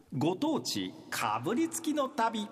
ご当地かぶりつきの旅。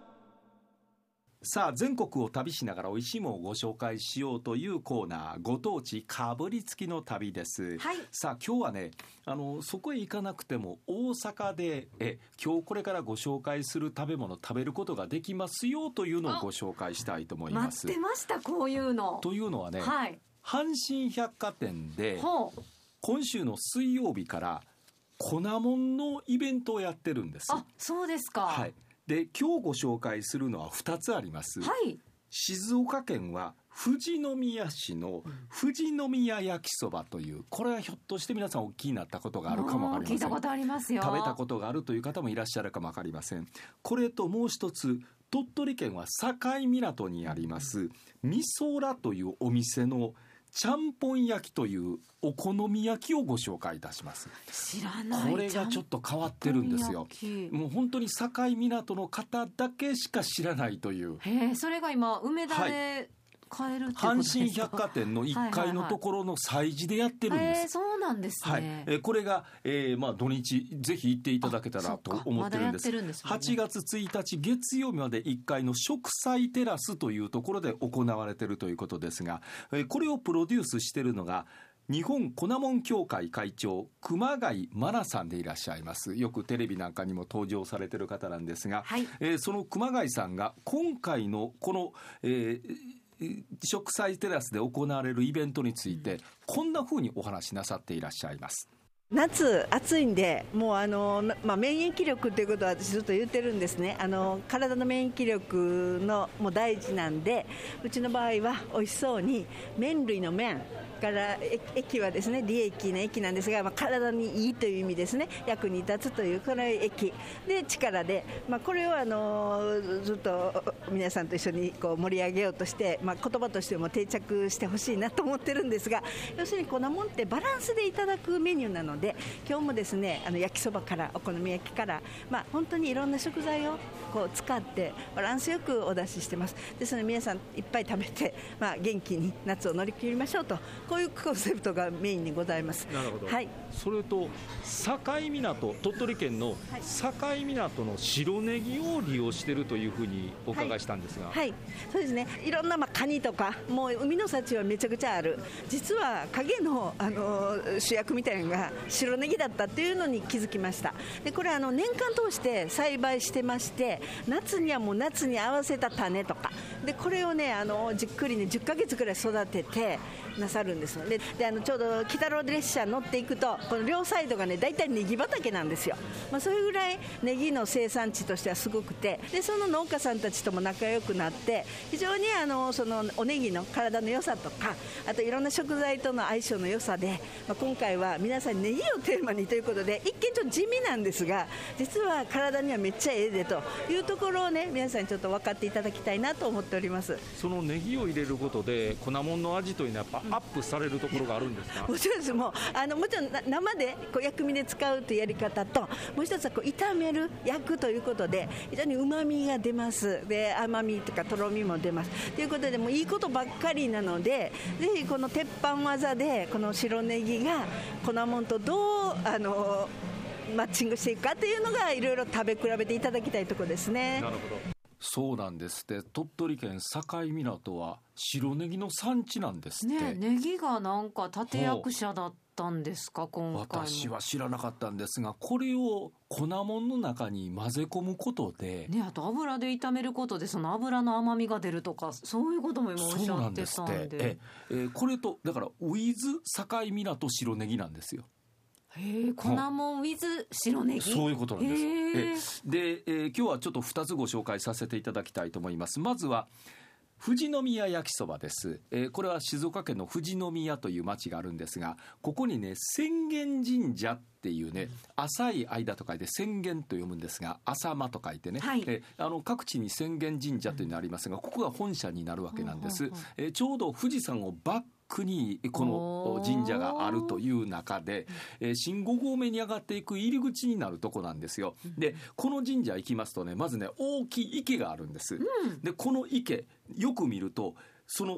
さあ、全国を旅しながら美味しいものをご紹介しようというコーナー、ご当地かぶりつきの旅です、 はい、 さあ今日はね、そこへ行かなくても大阪で今日これからご紹介する食べ物食べることができますよというのをご紹介したいと思います。 待ってました、こういうの。 というのはね、 はい、 阪神百貨店で今週の水曜日から粉もんのイベントをやってるんです。 あ、そうですか。 はい。で、今日ご紹介するのは2つあります。 はい。 静岡県は富士宮市の富士宮焼きそばという、これはひょっとして皆さんお聞きになったことがあるかもわかりません。 聞いたことありますよ。 食べたことがあるという方もいらっしゃるかもわかりません。これともう一つ、鳥取県は境港にありますみそらというお店のちゃんぽん焼きというお好み焼きをご紹介いたします。 知らない。 これがちょっと変わってるんですよ。もう本当に境港の方だけしか知らないという。 へえ、それが今梅田で買えるってことですか？ 阪神百貨店の1階のところの催事でやってるんです。 そうなんですね。 はい、これが、土日ぜひ行っていただけたらと思ってるんです。8月1日月曜日まで1階の植栽テラスというところで行われているということですが、これをプロデュースしているのが日本粉もん協会会長熊谷真奈さんでいらっしゃいます。よくテレビなんかにも登場されている方なんですが、 はい、 その熊谷さんが今回のこの、植栽テラスで行われるイベントについてこんな風にお話しなさっていらっしゃいます。 夏暑いんで、もう免疫力ということは私ずっと言ってるんですね。体の免疫力のもう大事なんで、うちの場合は美味しそうに麺類の麺から液はですね、利益の液なんですが、体にいいという意味ですね。役に立つというこの液で力で、これをずっと皆さんと一緒にこう盛り上げようとして、言葉としても定着してほしいなと思ってるんですが、要するに粉もんってバランスでいただくメニューなので、今日もですね、焼きそばからお好み焼きから、本当にいろんな食材をこう使ってバランスよくお出ししてます。ですので皆さんいっぱい食べて、元気に夏を乗り切りましょうと、こういうコンセプトがメインにございます。 なるほど、 はい、 それと境港、鳥取県の境港の白ネギを利用しているというふうにお伺いしたんですが、 はい、そうですね。いろんなカニとかもう海の幸はめちゃくちゃある。実は影の、主役みたいなのが白ネギだったっていうのに気づきました。でこれ年間通して栽培してまして、夏にはもう夏に合わせた種とかで、これをねじっくりね10ヶ月くらい育ててなさるんです。でちょうど北ロード列車乗っていくと、この両サイドがね大体ネギ畑なんですよ。それぐらいネギの生産地としてはすごくて、でその農家さんたちとも仲良くなって、非常にそのおネギの体の良さとか、あといろんな食材との相性の良さで、今回は皆さんネギをテーマにということで、一見ちょっと地味なんですが、実は体にはめっちゃええでというところをね、皆さんにちょっと分かっていただきたいなと思っております。 そのネギを入れることで粉もんの味というのはやっぱアップされるところがあるんですか？ もちろんです。もちろん生でこう薬味で使うというやり方と、もう一つはこう炒める焼くということで非常に旨味が出ます。で甘みとかとろみも出ますということで、もういいことばっかりなので、ぜひこの鉄板技でこの白ネギが粉もんとどうマッチングしていくかというのが、いろいろ食べ比べていただきたいところですね。 なるほど、そうなんですって。鳥取県境港は白ネギの産地なんですって。 ネギがなんか立役者だったんですか、今回も。 私は知らなかったんですが、これを粉もんの中に混ぜ込むことで、 あと油で炒めることでその油の甘みが出るとか、そういうことも今おっしゃってたんで。 これとだからウィズ境港白ネギなんですよ。 粉もん with 白ネギ、 そういうことなんです。で、今日はちょっと2つご紹介させていただきたいと思います。まずは富士宮焼きそばです。これは静岡県の富士宮という町があるんですが、ここにね浅間神社っていうね、浅い間と書いて浅間と読むんですが、浅間と書いてね、 はい、 各地に浅間神社というのがありますが、ここが本社になるわけなんです。ちょうど富士山をバックにこの神社があるという中で、新5合目に上がっていく入り口になるとこなんですよ。でこの神社行きますとね、まずね大きい池があるんです。でこの池よく見ると、その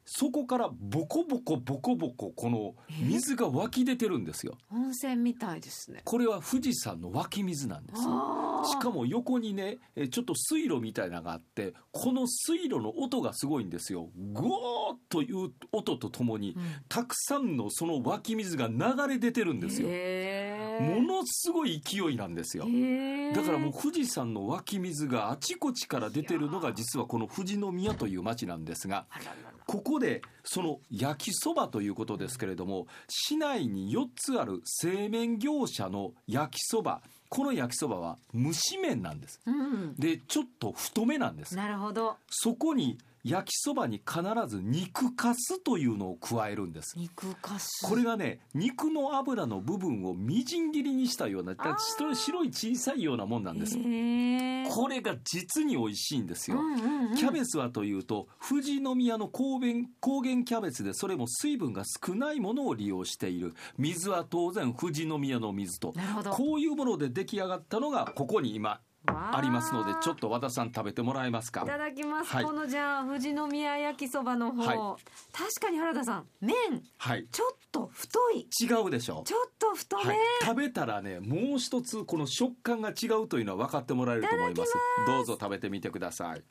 そこからボコボコボコボコこの水が湧き出てるんですよ。 温泉みたいですね。 これは富士山の湧き水なんですよ。しかも横にねちょっと水路みたいなのがあって、この水路の音がすごいんですよ。ゴーッという音とともに、たくさんのその湧き水が流れ出てるんですよ。ものすごい勢いなんですよ。だからもう富士山の湧き水があちこちから出てるのが実はこの富士宮という町なんですが、ここでその焼きそばということですけれども、市内に4つある製麺業者の焼きそば、この焼きそばは蒸し麺なんです、でちょっと太めなんです。 なるほど。 そこに焼きそばに必ず肉かすというのを加えるんです。 肉かす、 これがね、肉の脂の部分をみじん切りにしたような白い小さいようなもんなんです。これが実に美味しいんですよ、キャベツはというと富士宮の高原キャベツで、それも水分が少ないものを利用している。水は当然富士宮の水と、こういうもので出来上がったのがここに今ありますので、ちょっと和田さん食べてもらえますか。 いただきます、このじゃあ富士宮焼きそばの方、確かに原田さん麺、ちょっと太い。 違うでしょ。 ちょっと太め、 食べたらね、もう一つこの食感が違うというのは分かってもらえると思います。どうぞ食べてみてください。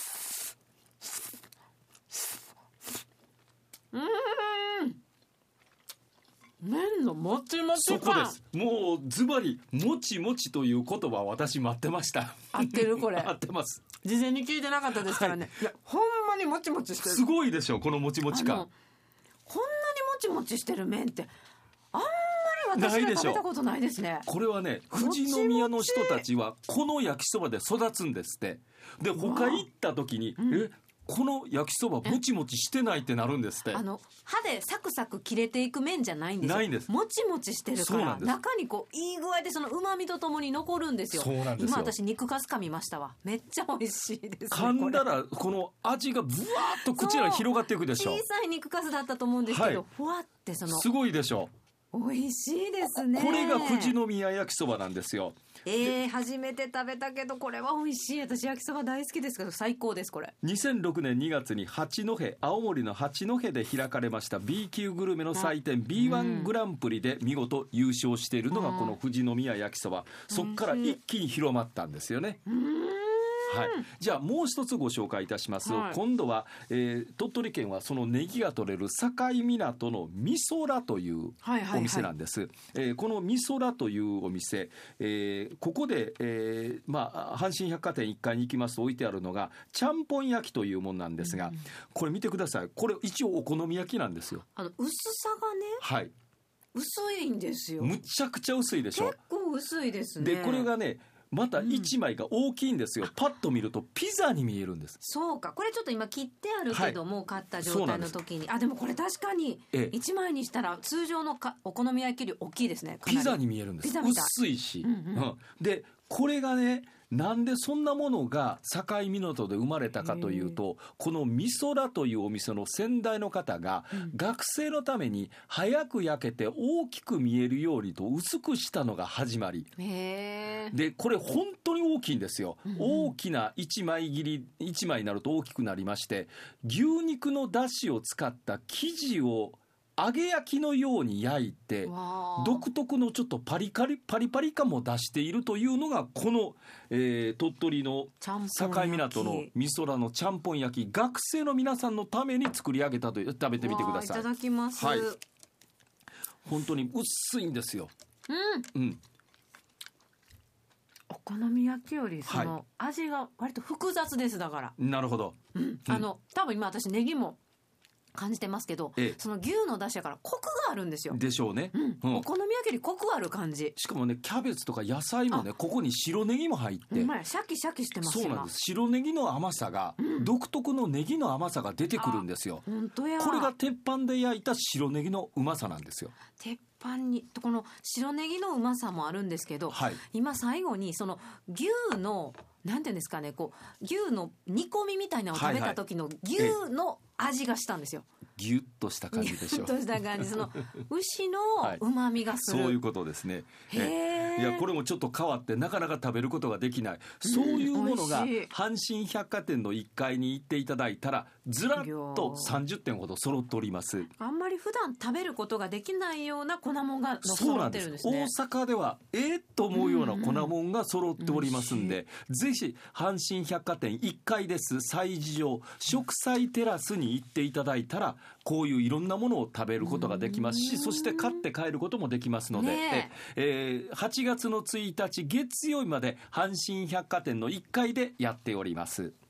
麺のもちもち感、 そこです。もうズバリもちもちという言葉を私待ってました。 合ってるこれ合ってます。 事前に聞いてなかったですからね、いやほんまにもちもちしてる。 すごいでしょこのもちもち感。 こんなにもちもちしてる麺ってあんまり私が食べたことないですね。 これはね、富士宮の人たちはこの焼きそばで育つんですって。で他行った時にこの焼きそばもちもちしてないってなるんですって。 歯でサクサク切れていく麺じゃないんですよ。 ないんです。 もちもちしてるから中にこういい具合でその旨味とともに残るんですよ。 そうなんですよ。 今私肉かすかみましたわ。めっちゃ美味しいですね。 噛んだらこの味がブワーッと口に広がっていくでしょ。 小さい肉かすだったと思うんですけど、ふわってそのすごいでしょ。 美味しいですね。 これが富士宮焼きそばなんですよ。 初めて食べたけどこれは美味しい。私焼きそば大好きですけど最高です。これ 2006年2月に青森の八戸で開かれました B 級グルメの祭典 B1 グランプリで見事優勝しているのがこの富士宮焼きそば。そこから一気に広まったんですよね。じゃあもう一つご紹介いたします。今度は、鳥取県はそのネギが取れる境港のみそらというお店なんです、このみそらというお店、ここで、阪神百貨店1階に行きますと置いてあるのがちゃんぽん焼きというものなんですが、これ見てください。これ一応お好み焼きなんですよ。 薄さがね、薄いんですよ。 むちゃくちゃ薄いでしょ。 結構薄いですね。 でこれがねまた1枚が大きいんですよ、パッと見るとピザに見えるんです。 そうか、これちょっと今切ってあるけども、買った状態の時にでもこれ確かに1枚にしたら通常のお好み焼きより大きいですね。 ピザに見えるんです。薄いし、でこれがね、なんでそんなものが境港で生まれたかというと、このみそらというお店の先代の方が学生のために早く焼けて大きく見えるようにと薄くしたのが始まりで、これ本当に大きいんですよ、大きな1枚になると大きくなりまして、牛肉の出汁を使った生地を揚げ焼きのように焼いて独特のちょっとパリパリ感も出しているというのがこの、鳥取の境港のみそらのちゃんぽん焼き、学生の皆さんのために作り上げたという。食べてみてください。 いただきます、 本当に薄いんですよ。 お好み焼きよりその味が割と複雑です。だからなるほど、 多分今私ネギも感じてますけど、その牛の出汁からコクがあるんですよ。 でしょうね、 お好み焼きよりコクある感じ。 しかもね、キャベツとか野菜もね、ここに白ネギも入って、 シャキシャキしてます。 そうなんです。白ネギの甘さが、独特のネギの甘さが出てくるんですよ。 本当や。 これが鉄板で焼いた白ネギのうまさなんですよ。 鉄板にこの白ネギのうまさもあるんですけど、今最後にその牛のなんていうんですかね、こう牛の煮込みみたいなのを食べた時の牛の味がしたんですよ。 ギュッとした感じでしょう。 ギュッとした感じ、その牛の旨味がする、 そういうことですね。いやこれもちょっと変わってなかなか食べることができない、そういうものが阪神百貨店の1階に行っていただいたらずらっと30点ほど揃っております。 あんまり普段食べることができないような粉もんが揃ってるんですね。 大阪ではと思うような粉もんが揃っておりますんで、ぜひ阪神百貨店1階です催事場食祭テラスに行っていただいたらこういういろんなものを食べることができますし、そして買って帰ることもできますので、8月の1日月曜日まで阪神百貨店の1階でやっております。